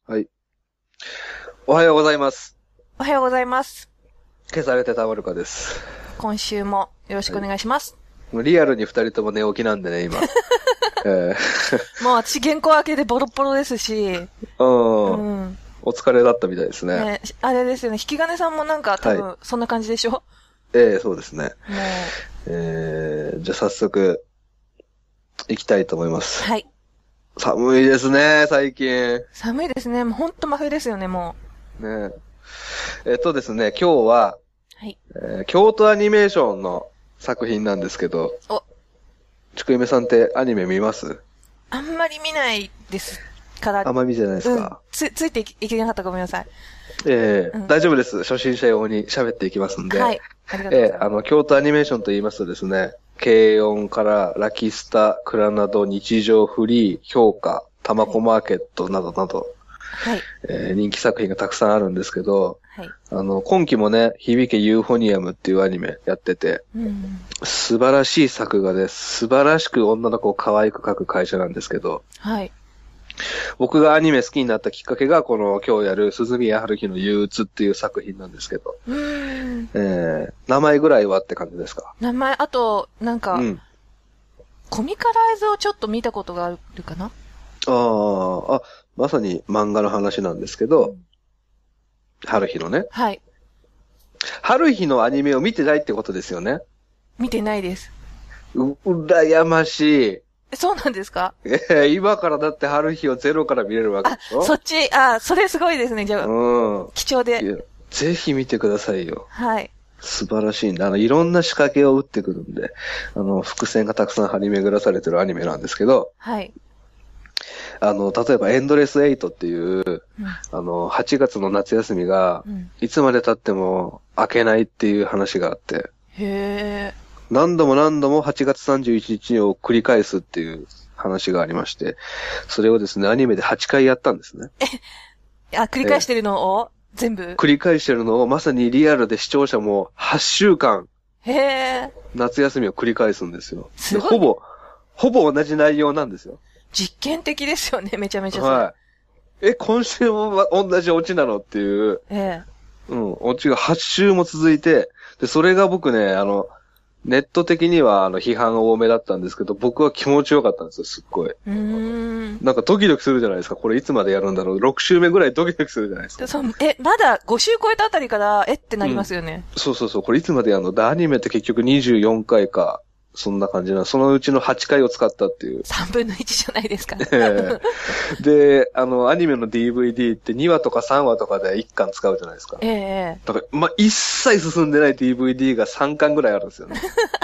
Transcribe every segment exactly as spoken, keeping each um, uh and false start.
はい。おはようございます。 おはようございます。 消されてたまるかです。 今週もよろしくお願いします。 はい、リアルに二人とも寝起きなんでね、今。 えー、もう私原稿明けでボロボロですし。うん。 お疲れだったみたいですね。 ね、あれですよね。引き金さんもなんか多分そんな感じでしょ、はい、 ええー、そうですね。もう。えー、じゃあ早速、行きたいと思います。 はい。 寒いですね、最近。 寒いですね。もうほんと真冬ですよね、もう。ねえ。えっとですね、今日は、 はい。 えー、京都アニメーションの作品なんですけど。 お。 ちくゆめさんってアニメ見ます？ あんまり見ないですから。 あんまり見てないですか？ うん、つ、ついていけなかったらごめんなさい。 ええーうん、大丈夫です。初心者用に喋っていきますんで。 はい。ありがとうございます。 えー、あの、京都アニメーションと言いますとですね、軽音からラキスタ、クラナド、日常フリー、評価、タマコマーケットなどなど、 はい。 えー、人気作品がたくさんあるんですけど、 はい。 あの、今期もね、響けユーフォニアムっていうアニメやってて、うん、素晴らしい作画です。素晴らしく女の子を可愛く描く会社なんですけど、 はい。 僕がアニメ好きになったきっかけが、この今日やる鈴宮春日の憂鬱っていう作品なんですけど、うん、えー、名前ぐらいはって感じですか？ 名前、あと、なんか、うん、コミカライズをちょっと見たことがあるかな？ああ、まさに漫画の話なんですけど、うん、春日のね。はい。春日のアニメを見てないってことですよね？ 見てないです。 う、羨ましい。 そうなんですか？ えー、今からだって春日をゼロから見れるわけでしょ？ あ、そっち、あ、それすごいですね、じゃあ。うん。貴重で。 ぜひ見てくださいよ。 はい。 素晴らしいんで、あの、いろんな仕掛けを打ってくるんで、あの、伏線がたくさん張り巡らされてるアニメなんですけど、はい。あの、例えばエンドレスエイトっていう、うん、あの、はちがつの夏休みが、うん、いつまで経っても明けないっていう話があって、へー。何度も何度もはちがつさんじゅういちにちを繰り返すっていう話がありまして、それをですね、アニメではちかいやったんですね。 え、あ、繰り返してるのを全部繰り返してるのをまさにリアルで視聴者もはっしゅうかん、 へー。 夏休みを繰り返すんですよ。すごい。ほぼ、ほぼ同じ内容なんですよ。 実験的ですよね、めちゃめちゃ。 はい。え、今週も同じオチなのっていう。ええ。うん、オチがはち週も続いて、で、それが僕ね、あの、ネット的にはあの批判多めだったんですけど、僕は気持ちよかったんですよ、すっごい。うーん。なんかドキドキするじゃないですか。これいつまでやるんだろう。ろく週目ぐらいドキドキするじゃないですか。 そう、え、まだご週超えたあたりから、えってなりますよね。 うん、そうそうそう。これいつまでやるの？で、アニメって結局にじゅうよんかいか。そんな感じな。そのうちのはちかいを使ったっていう。 さんぶんのいちじゃないですか。 で、あの、アニメの ディーブイディー ってにわとかさんわとかでいっかん使うじゃないですか。ええー。だから、まあ、一切進んでない ディーブイディー がさんかんぐらいあるんですよね。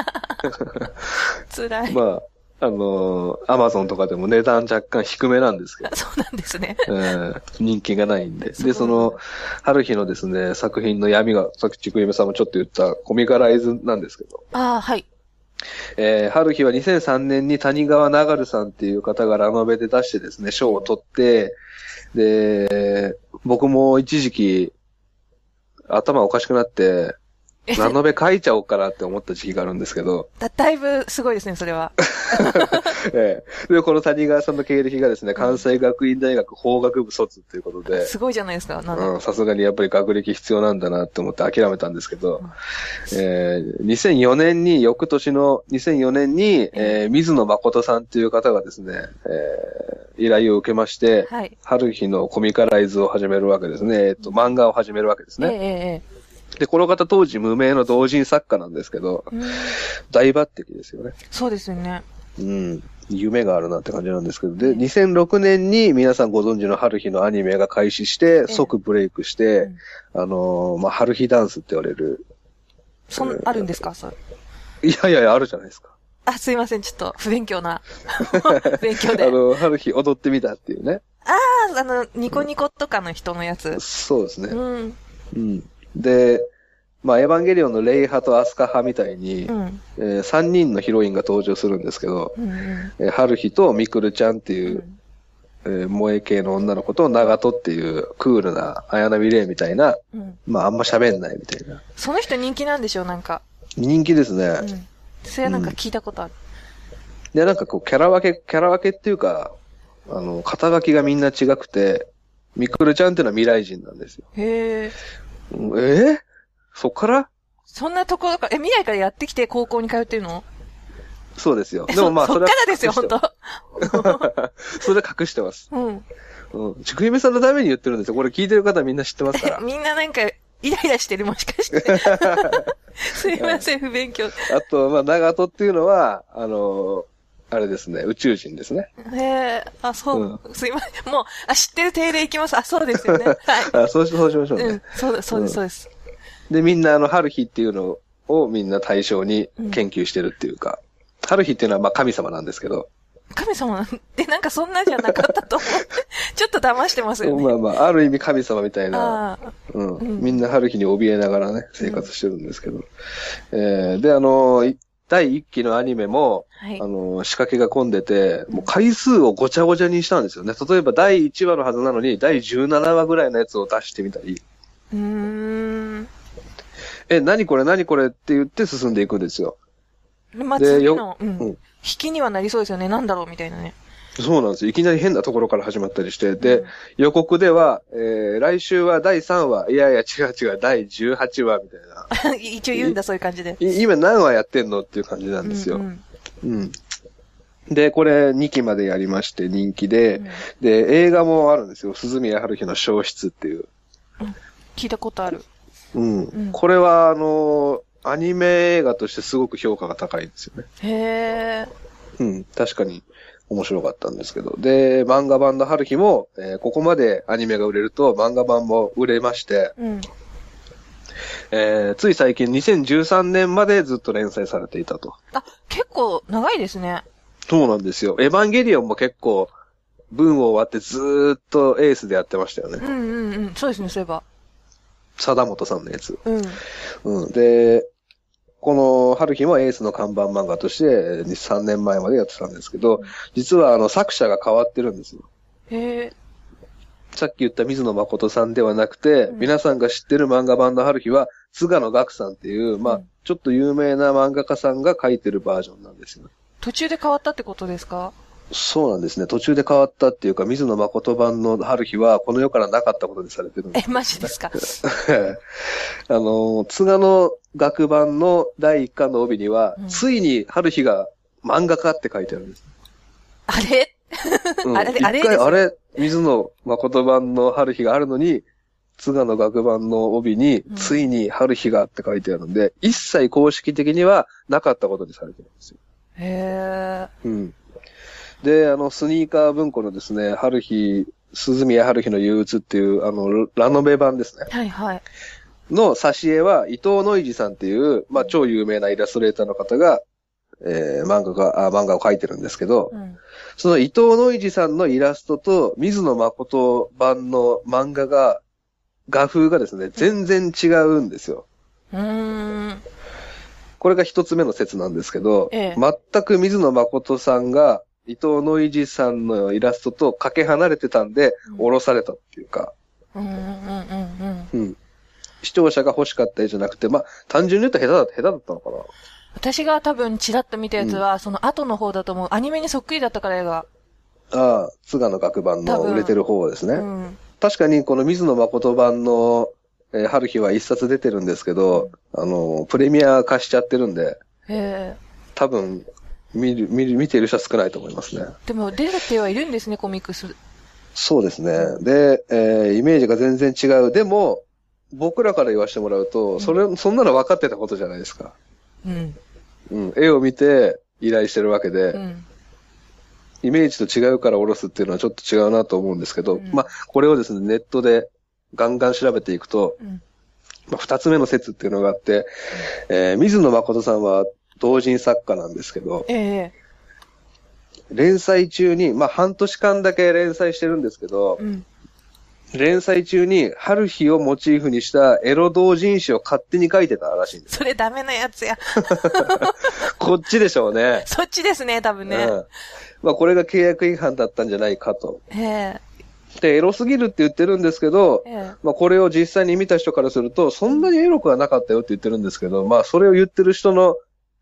辛い。 まあ、あの、アマゾンとかでも値段若干低めなんですけど。 そうなんですね。 えー、人気がないんで。で、その、春日のですね、作品の闇が、さっきちくゆめさんもちょっと言ったコミカライズなんですけど。 ああ、はい。 えー、春日はにせんさんねんに谷川長さんっていう方がラノベで出してですね、賞を取って、で、僕も一時期、頭おかしくなって、ラノベ書いちゃおうかなって思った時期があるんですけど。 だ、だいぶすごいですね、それは。 ええ、で、この谷川さんの経歴がですね、関西学院大学法学部卒っていうことで。 すごいじゃないですか、なんうん、さすがにやっぱり学歴必要なんだなって思って諦めたんですけど、うん、えー、にせんよねんに、翌年のにせんよねんに、えー、水野誠さんっていう方がですね、えー、依頼を受けまして、はい、春日のコミカライズを始めるわけですね。えっと、漫画を始めるわけですね。えーで、この方当時無名の同人作家なんですけど、うん、大抜擢ですよね。 そうですよね。 うん。夢があるなって感じなんですけど、で、にせんろくねんに皆さんご存知の春日のアニメが開始して、即ブレイクして、うん、あのー、まあ、春日ダンスって言われる。 そん、えー、あるんですかそれ。 いやいやいや、あるじゃないですか。 あ、すいません、ちょっと不勉強な。勉強で。 あの、春日踊ってみたっていうね。 ああ、あの、ニコニコとかの人のやつ。うん、 そうですね。うん。うん。で、まあ、エヴァンゲリオンのレイ派とアスカ派みたいに、うんえー、さんにんのヒロインが登場するんですけど、うんうんえー、春日とミクルちゃんっていう、うんえー、萌え系の女の子と長門っていうクールな綾波レイみたいな、うん、まああんま喋んないみたいな。 その人人気なんでしょうなんか。 人気ですね。うん、 それはなんか聞いたことある。 うん、で、なんかこうキャラ分け、キャラ分けっていうか、あの、肩書きがみんな違くて、 ミクルちゃんっていうのは未来人なんですよ。 へえ。 えー、そっからそんなところから、え、未来からやってきて高校に通ってるの？ そうですよ。でもまあ、 そ、そっからですよ、本当それで隠してます。 うん。 うん。ちくひめさんのために言ってるんですよ。これ聞いてる方みんな知ってますから。 みんななんか、イライラしてるもしかして。すいません、不勉強。 あと、まあ、長門っていうのは、あのー、あれですね、宇宙人ですね。 へえ、あ、そう、うん、すいません。もう、あ、知ってる定例いきます。あ、そうですよね。はい。 あ、そうし、そうしましょうね。 うん、そうです、そうです、そうです。 で、みんな、あの、春日っていうのをみんな対象に研究してるっていうか、うん、春日っていうのは、まあ、神様なんですけど。 神様なんで、なんかそんなじゃなかったと思って、ちょっと騙してますよね。 まあまあ、ある意味神様みたいな、うん、うん。みんな春日に怯えながらね、生活してるんですけど。うん、えー、で、あのー、だいいっきのアニメも、はい、あのー、仕掛けが込んでて、もう回数をごちゃごちゃにしたんですよね。例えばだいいちわのはずなのに、だいじゅうななわぐらいのやつを出してみたり。 うーん。 え、何これ何これって言って進んでいくんですよ。 まあ、次の、うん、うん。引きにはなりそうですよね。なんだろうみたいなね。そうなんですよ。いきなり変なところから始まったりして。で、うん、予告では、えー、来週はだいさんわ。いやいや、違う違う、だいじゅうはちわみたいな。 一応言うんだ、そういう感じで。 今何話やってんのっていう感じなんですよ。うん、うんうん。で、これにきまでやりまして人気で、うん、で、映画もあるんですよ。鈴宮春日の消失っていう。 うん、聞いたことある。 うん。うん、これは、あのー、アニメ映画としてすごく評価が高いんですよね。 へー。 うん、確かに面白かったんですけど。で、漫画版の春日も、えー、ここまでアニメが売れると漫画版も売れまして、うん、えー、つい最近にせんじゅうさんねんまでずっと連載されていたと。 あ、結構長いですね。 そうなんですよ。エヴァンゲリオンも結構文を割ってずーっとエースでやってましたよね。 うんうんうん。そうですね、そういえば。 貞本さんのやつ。 うん。 うん。で、この春日もエースの看板漫画としてさんねんまえまでやってたんですけど、実はあの作者が変わってるんですよ。 へー。 さっき言った水野誠さんではなくて、うん、皆さんが知ってる漫画版の春日は、菅野岳さんっていう、まあ、うん、ちょっと有名な漫画家さんが書いてるバージョンなんですよ。 途中で変わったってことですか？ そうなんですね。途中で変わったっていうか、水野誠版の春日は、この世からなかったことにされてるんです、 ね。え、マジですか？ あの、菅野岳版のだいいっかんの帯には、うん、ついに春日が漫画家って書いてあるんです。 あれ、うん、あれ、あれ一回、あれ、水野誠版の春日があるのに、菅野岳版の帯に、ついに春日がって書いてあるので、うん、一切公式的にはなかったことにされてるんですよ。 へー。 うん。で、あの、スニーカー文庫のですね、春日、鈴宮春日の憂鬱っていう、あの、ラノベ版ですね。 はいはい。 の挿絵は、伊藤ノイジさんっていう、まあ、超有名なイラストレーターの方が、えー、漫画が、あ、漫画を描いてるんですけど、うん、その伊藤ノイジさんのイラストと、水野誠版の漫画が、画風がですね、全然違うんですよ。 うーん。 これが一つ目の説なんですけど、 ええ、 全く水野誠さんが、伊藤ノイジさんのイラストとかけ離れてたんで、下ろされたっていうか、 うんうんうんうんうん。視聴者が欲しかった絵じゃなくて、まあ、単純に言うと下手だ、下手だったのかな。 私が多分チラッと見たやつは、うん、その後の方だと思う。アニメにそっくりだったから絵が。 ああ、菅野岳版の売れてる方ですね。うん、確かにこの水野誠版の、えー、春日は一冊出てるんですけど、うん、あの、プレミア化しちゃってるんで、 へ多分、見る、見る、見てる人は少ないと思いますね。 でも出てはいるんですね、コミックス。 そうですね。で、えー、イメージが全然違う。でも、僕らから言わせてもらうと、うん、それ、そんなの分かってたことじゃないですか。 うん。 うん。絵を見て依頼してるわけで、うん、イメージと違うから下ろすっていうのはちょっと違うなと思うんですけど、うん、まあ、これをですね、ネットでガンガン調べていくと、うん、まあ、二つ目の説っていうのがあって、うん、えー、水野誠さんは同人作家なんですけど、 ええ、 連載中に、まあ、半年間だけ連載してるんですけど、うん、連載中に春日をモチーフにしたエロ同人誌を勝手に書いてたらしいんです。 それダメなやつや。 こっちでしょうね。 そっちですね、多分ね。うん、 まあ、これが契約違反だったんじゃないかと。 へえ。 で、エロすぎるって言ってるんですけど、ええ、まあ、これを実際に見た人からすると、そんなにエロくはなかったよって言ってるんですけど、まあ、それを言ってる人の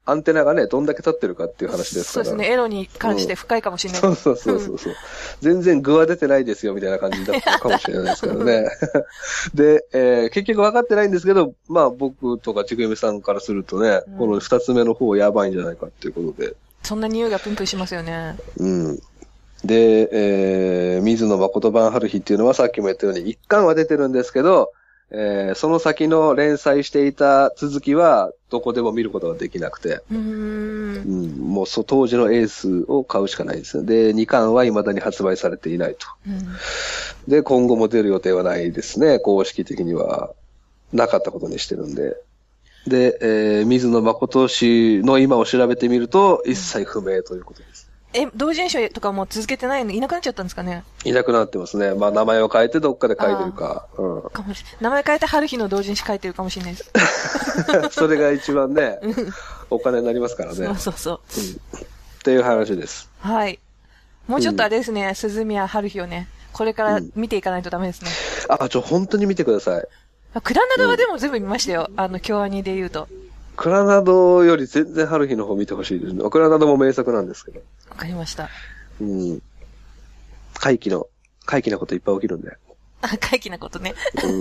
アンテナがね、どんだけ立ってるかっていう話ですから。 そうですね、エロに関して深いかもしれない。 うん、そうそうそうそう。全然具は出てないですよ、みたいな感じだったかもしれないですけどね。で、えー、結局分かってないんですけど、まあ僕とかちくゆめさんからするとね、うん、この二つ目の方やばいんじゃないかっていうことで。 そんな匂いがプンプンしますよね。 うん。で、えー、水野誠版春日っていうのはさっきも言ったように一巻は出てるんですけど、えー、その先の連載していた続きはどこでも見ることができなくて、うーん、うん、もうそ当時のエースを買うしかないですね。で、にかんは未だに発売されていないと、うん。で、今後も出る予定はないですね。公式的にはなかったことにしてるんで。で、えー、水野誠氏の今を調べてみると一切不明ということです。 え、同人誌とかも続けてないのいなくなっちゃったんですかね？ いなくなってますね。まあ名前を変えてどっかで書いてるか。うん。 かもしれない。名前変えて春日の同人誌書いてるかもしれないです。 それが一番ね、お金になりますからね。 そうそうそう。 うん。っていう話です。 はい。もうちょっとあれですね、うん、鈴宮春日をね、これから見ていかないとダメですね。 うん、あ、ちょ、本当に見てください。 クラナダはでも全部見ましたよ。うん、あの、京アニで言うと。 クラナドより全然春日の方見てほしいですね。クラナドも名作なんですけど。 わかりました。 うん。怪奇の、怪奇なこといっぱい起きるんで。 あ、怪奇なことね。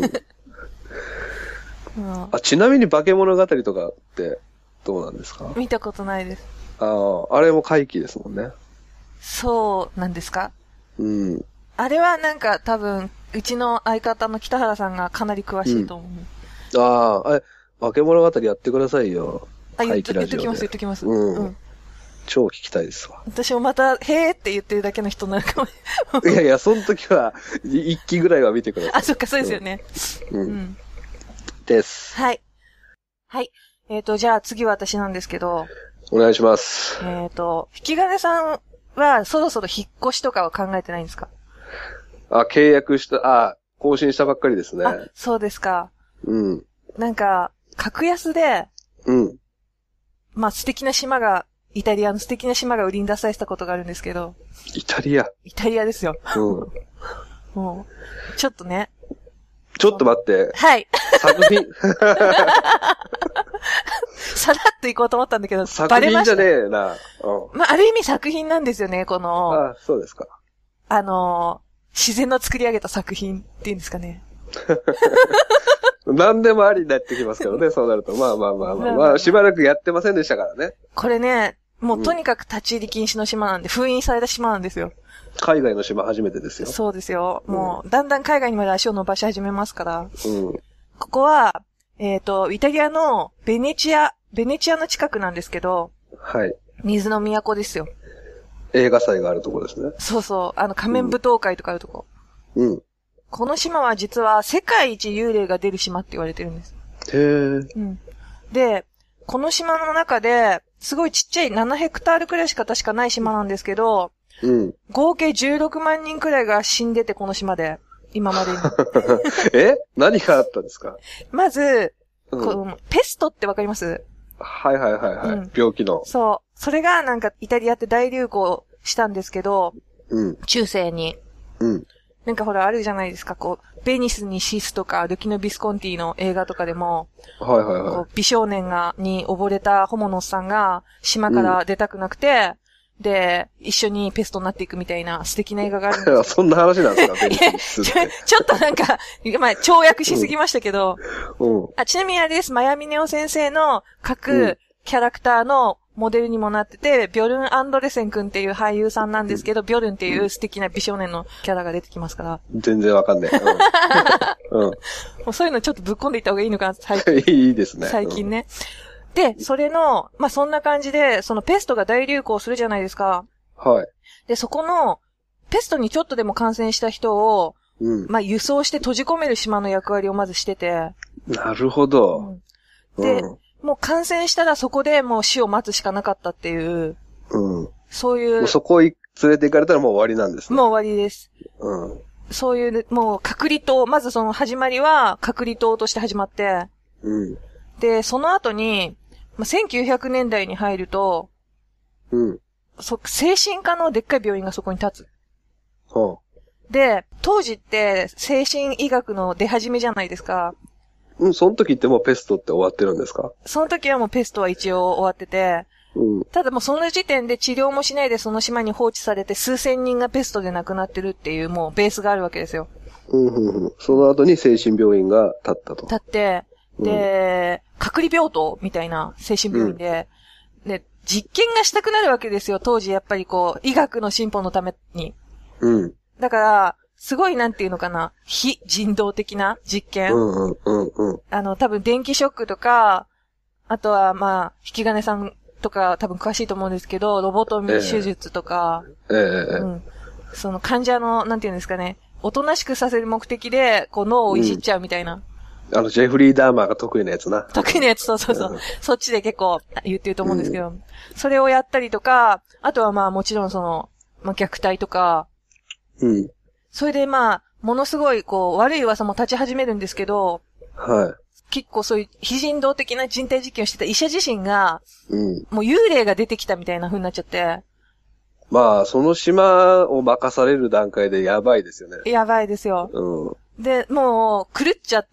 うん、あ、ちなみに化け物語とかってどうなんですか？ 見たことないです。 ああ、あれも怪奇ですもんね。 そうなんですか？ うん。 あれはなんか多分、うちの相方の北原さんがかなり詳しいと思う。 うん、ああ、え、化け物語やってくださいよ。 あ、言っときます、言っときます。 うん。うん、超聞きたいですわ。 私もまた、へーって言ってるだけの人になるかも。 いやいや、その時は、一期ぐらいは見てください。 あ、そっか、そうですよね。 うん。うん、です。 はい。はい。えっと、じゃあ次は私なんですけど。 お願いします。 えっと、引き金さんはそろそろ引っ越しとかは考えてないんですか？ あ、契約した、あ、更新したばっかりですね。 あ、そうですか。 うん。 なんか、格安で、 うん。 まあ、素敵な島が、イタリアの素敵な島が売りに出されたことがあるんですけど。 イタリアイタリアですよ。 うん。 もう、ちょっとね。 ちょっと待って。 はい。 作品。 さらっと行こうと思ったんだけど、 作品じゃねえな。 うん。まあ、ある意味作品なんですよね、この。 あ、そうですか。 あの、自然の作り上げた作品っていうんですかね。 何でもありになってきますからね、そうなると。まあまあまあまあ、まあ、しばらくやってませんでしたからね。 これね、もうとにかく立ち入り禁止の島なんで、封印された島なんですよ。 海外の島初めてですよ。 そうですよ。もう、だんだん海外にまで足を伸ばし始めますから。 うん。 ここは、えっと、イタリアのベネチア、ベネチアの近くなんですけど。 はい。 水の都ですよ。 映画祭があるとこですね。 そうそう。あの、仮面舞踏会とかあるとこ。 うん。 この島は実は世界一幽霊が出る島って言われてるんです。 へー。 うん。で、この島の中で、すごいちっちゃいななヘクタールくらいしか確かない島なんですけど、 うん。 合計じゅうろくまんにんくらいが死んでて、この島で。今までに。 え？何があったんですか？ まず、 うん、 このペストってわかります？ はいはいはいはい、うん。病気の。 そう。それがなんかイタリアって大流行したんですけど、 うん。 中世に。 うん。 なんかほらあるじゃないですか、こう、ベニスにシスとか、ルキノ・ビスコンティの映画とかでも、 はいはいはい。 こう美少年が、に溺れたホモのおっさんが、島から出たくなくて、うん、で、一緒にペストになっていくみたいな素敵な映画があるんですそんな話なんですか、ベニスって。 ちょっとなんか、まあ、跳躍しすぎましたけど、 うんうん、 あちなみにあれです、マヤミネオ先生の書くキャラクターのモデルにもなってて、ビョルン・アンドレセン君っていう俳優さんなんですけど、ビョルンっていう素敵な美少年のキャラが出てきますから。 全然わかんない。うん。うん、もうそういうのちょっとぶっ込んでいった方がいいのかな、最近。 いいですね。 最近ね。うん、で、それの、まあ、そんな感じで、そのペストが大流行するじゃないですか。 はい。 で、そこの、ペストにちょっとでも感染した人を、うん、まあ、輸送して閉じ込める島の役割をまずしてて。 なるほど。 うん、で、うんもう感染したらそこでもう死を待つしかなかったっていう。 うん。 そういう。 もうそこへ連れて行かれたらもう終わりなんですね。 もう終わりです。 うん。 そういう、もう隔離島、まずその始まりは隔離島として始まって。 うん。 で、その後に、まあ、せんきゅうひゃくねんだいに入ると、 うん。 そ、精神科のでっかい病院がそこに立つ。 はあ。 で、当時って精神医学の出始めじゃないですか。 うん、その時ってもうペストって終わってるんですか？ その時はもうペストは一応終わってて、うん、ただもうその時点で治療もしないでその島に放置されて数千人がペストで亡くなってるっていうもうベースがあるわけですよ。 うんうんうん、その後に精神病院が建ったと。 建って、で、うん、隔離病棟みたいな精神病院で、うん、で、実験がしたくなるわけですよ。当時やっぱりこう、医学の進歩のために。うん。だから、すごいなんていうのかな、非人道的な実験。うんうんうんうん。あの、多分電気ショックとか、あとはまあ、引き金さんとか多分詳しいと思うんですけど、ロボトミー手術とか、ええええ、うん。その患者の、なんていうんですかね、おとなしくさせる目的で、こう脳をいじっちゃうみたいな。 うん、あの、ジェフリー・ダーマーが得意なやつな。 得意なやつ、そうそうそう。そっちで結構言ってると思うんですけど、うん、それをやったりとか、あとはまあもちろんその、まあ虐待とか、うん。それでまあ、ものすごいこう、悪い噂も立ち始めるんですけど、はい。結構そういう非人道的な人体実験をしてた医者自身が、うん。もう幽霊が出てきたみたいな風になっちゃって、 まあ、その島を任される段階でやばいですよね。 やばいですよ。うん。で、もう、狂っちゃって、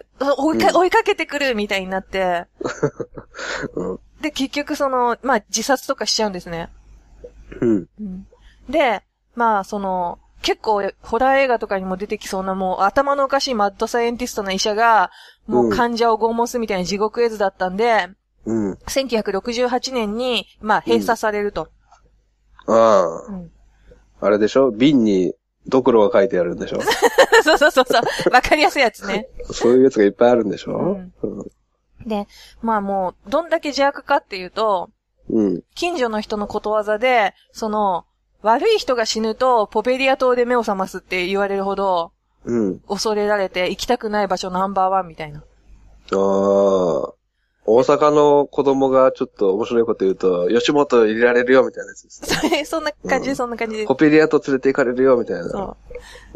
追いか、うん、追いかけてくるみたいになって、うん、で、結局その、まあ、自殺とかしちゃうんですね。うん。うん、で、まあ、その、結構、ホラー映画とかにも出てきそうな、もう、頭のおかしいマッドサイエンティストな医者が、もう患者を拷問するみたいな地獄絵図だったんで、うん。せんきゅうひゃくろくじゅうはちねんに、まあ、閉鎖されると。 うん、ああ、うん。あれでしょ？瓶にドクロが書いてあるんでしょ？ そうそうそうそう。わかりやすいやつね。 そういうやつがいっぱいあるんでしょ？うん。 うん、で、まあもう、どんだけ邪悪かっていうと、うん。近所の人のことわざで、その、悪い人が死ぬと、ポペリア島で目を覚ますって言われるほど、うん。恐れられて、行きたくない場所ナンバーワンみたいな。ああ。大阪の子供がちょっと面白いこと言うと、吉本入れられるよみたいなやつです、 ね。そんな感じで、うん、そんな感じで。 ポペリア島連れて行かれるよみたいな。 そう。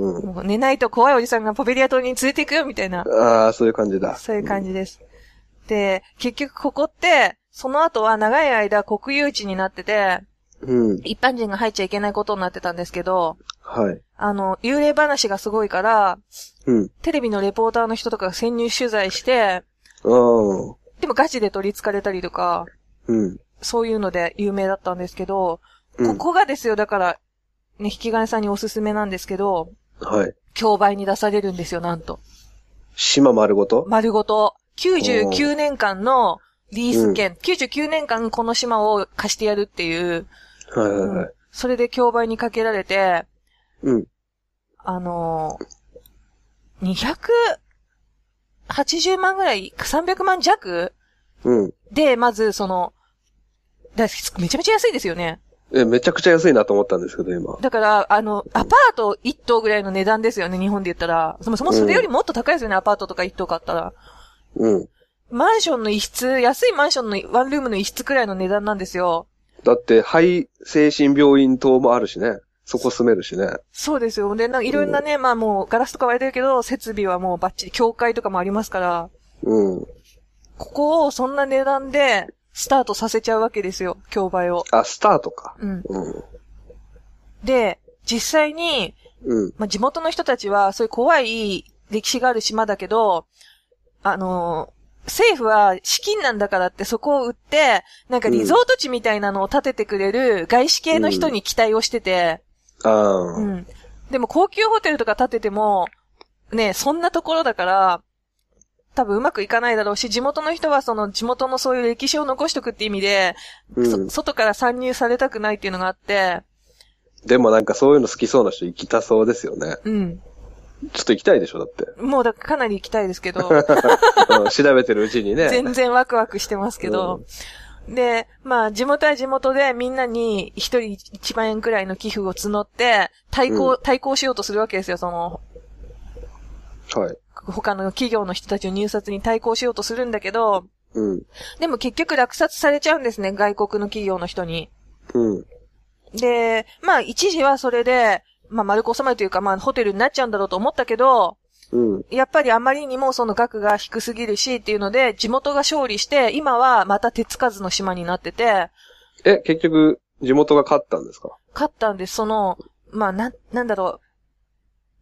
うん、もう寝ないと怖いおじさんがポペリア島に連れて行くよみたいな。 ああ、そういう感じだ。 そういう感じです。うん、で、結局ここって、その後は長い間国有地になってて、うん、一般人が入っちゃいけないことになってたんですけど、はい。あの、幽霊話がすごいから、うん。テレビのレポーターの人とかが潜入取材して、うん。でもガチで取り憑かれたりとか、うん。そういうので有名だったんですけど、うん、ここがですよ、だから、ね、引き金さんにおすすめなんですけど、はい。競売に出されるんですよ、なんと。 島丸ごと？ 丸ごと。きゅうじゅうきゅうねんかんのリース権、うん、きゅうじゅうきゅうねんかんこの島を貸してやるっていう、はいはいはい。うん、それで競売にかけられて、うん。あのー、にひゃくはちじゅうまんぐらい、さんびゃくまん弱うん。で、まず、その、だめちゃめちゃ安いですよね。 え、めちゃくちゃ安いなと思ったんですけど、今。 だから、あの、アパート一棟ぐらいの値段ですよね、日本で言ったら。そもそもそれよりもっと高いですよね、うん、アパートとか一棟買ったら。うん。マンションの一室、安いマンションのワンルームの一室くらいの値段なんですよ。 だって、肺精神病院棟もあるしね。そこ住めるしね。 そうですよ。で、なんかいろんなね、うん、まあもうガラスとか割れてるけど、設備はもうバッチリ、教会とかもありますから。うん。ここをそんな値段でスタートさせちゃうわけですよ、競売を。 あ、スタートか。 うん。うん、で、実際に、うん。まあ地元の人たちは、そういう怖い歴史がある島だけど、あのー、政府は資金なんだからってそこを売って、なんかリゾート地みたいなのを建ててくれる外資系の人に期待をしてて、うん。うん。でも高級ホテルとか建てても、ね、そんなところだから、多分うまくいかないだろうし、地元の人はその地元のそういう歴史を残しとくって意味で、うん、外から参入されたくないっていうのがあって。 でもなんかそういうの好きそうな人行きたそうですよね。うん。ちょっと行きたいでしょ、だって。 もうだかなり行きたいですけど。 調べてるうちにね。 全然ワクワクしてますけど。うん、で、まあ、地元は地元でみんなに一人一万円くらいの寄付を募って、対抗、うん、対抗しようとするわけですよ、その。はい。他の企業の人たちの入札に対抗しようとするんだけど、うん。でも結局落札されちゃうんですね、外国の企業の人に。うん。で、まあ、一時はそれで、まあ、丸く収まるというか、まあ、ホテルになっちゃうんだろうと思ったけど、うん。やっぱりあまりにもその額が低すぎるしっていうので、地元が勝利して、今はまた手つかずの島になってて。 え、結局、地元が勝ったんですか？ 勝ったんです。その、まあ、な、なんだろう。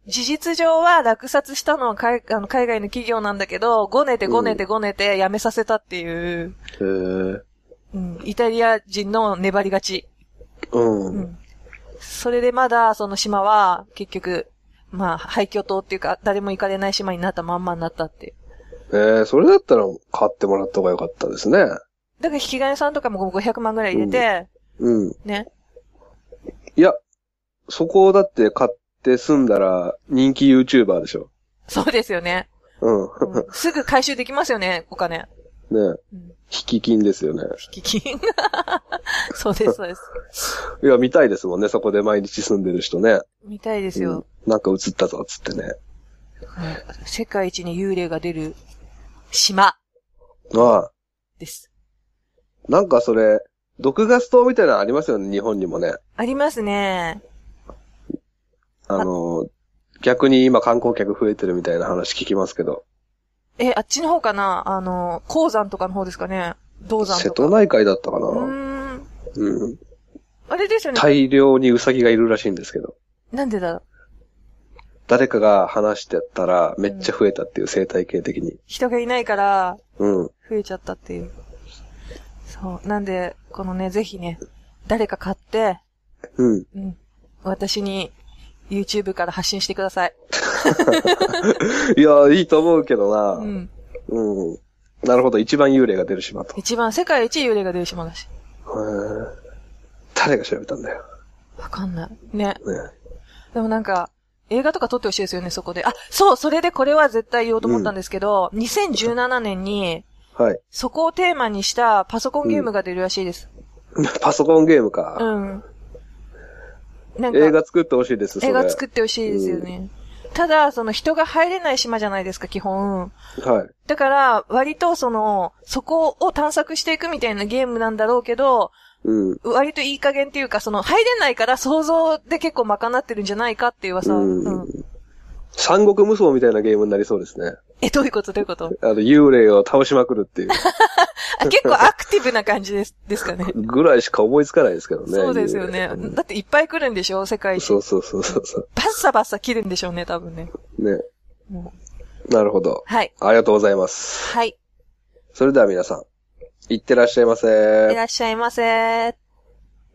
事実上は落札したのは海あの海外の企業なんだけど、ごねてごねてごねてやめさせたっていう。うん、へうん、イタリア人の粘り勝ち。うん。うん。それでまだその島は結局、まあ廃墟島っていうか誰も行かれない島になったまんまになったっていう。 えー、それだったら買ってもらった方がよかったですね。だから引き金さんとかもごひゃくまんぐらい入れて、うん。うん、ね。 いや、そこをだって買って住んだら人気 YouTuber でしょ。 そうですよね。うん。うん、すぐ回収できますよね、お金。ねえ。うん、引き金ですよね。 引き金そうです、そうです。 いや、見たいですもんね、そこで毎日住んでる人ね。 見たいですよ。 うん、なんか映ったぞ、つってね。 世界一に幽霊が出る島。ああ。です。 なんかそれ、毒ガス島みたいなのありますよね、日本にもね。 ありますね。 あの、逆に今観光客増えてるみたいな話聞きますけど。 え、あっちの方かなあの、鉱山とかの方ですかね。銅山とか。 瀬戸内海だったかな。うーん。 うん。あれですよね。 大量にウサギがいるらしいんですけど。 なんでだ誰かが話してたらめっちゃ増えたっていう生態系的に。 人がいないから、うん。増えちゃったっていう。そう。なんで、このね、ぜひね、誰か買って、うん。うん。私に YouTube から発信してください。 いや、いいと思うけどな。うん。うん。なるほど。一番幽霊が出る島と。 一番、世界一幽霊が出る島だし。へー。誰が調べたんだよ。 わかんない。ね。ね。でもなんか、映画とか撮ってほしいですよね、そこで。あ、そう、それでこれは絶対言おうと思ったんですけど、うん、にせんじゅうななねんに、はい。そこをテーマにしたパソコンゲームが出るらしいです。 うん、パソコンゲームか。うん。なんか映画作ってほしいです、それ。 映画作ってほしいですよね。うん、ただ、その人が入れない島じゃないですか、基本。はい。だから、割とその、そこを探索していくみたいなゲームなんだろうけど、うん、割といい加減っていうか、その、入れないから想像で結構賄ってるんじゃないかっていう噂。うん。うん、 三国無双みたいなゲームになりそうですね。 え、どういうことどういうことあの、幽霊を倒しまくるっていう。 結構アクティブな感じです、ですかね。 ぐらいしか思いつかないですけどね。 そうですよね。だっていっぱい来るんでしょ世界一。 そうそうそうそう。 バッサバッサ切るんでしょうね、多分ね。ね。 うん、なるほど。はい。ありがとうございます。はい。それでは皆さん、いってらっしゃいませ。 いらっしゃいませ。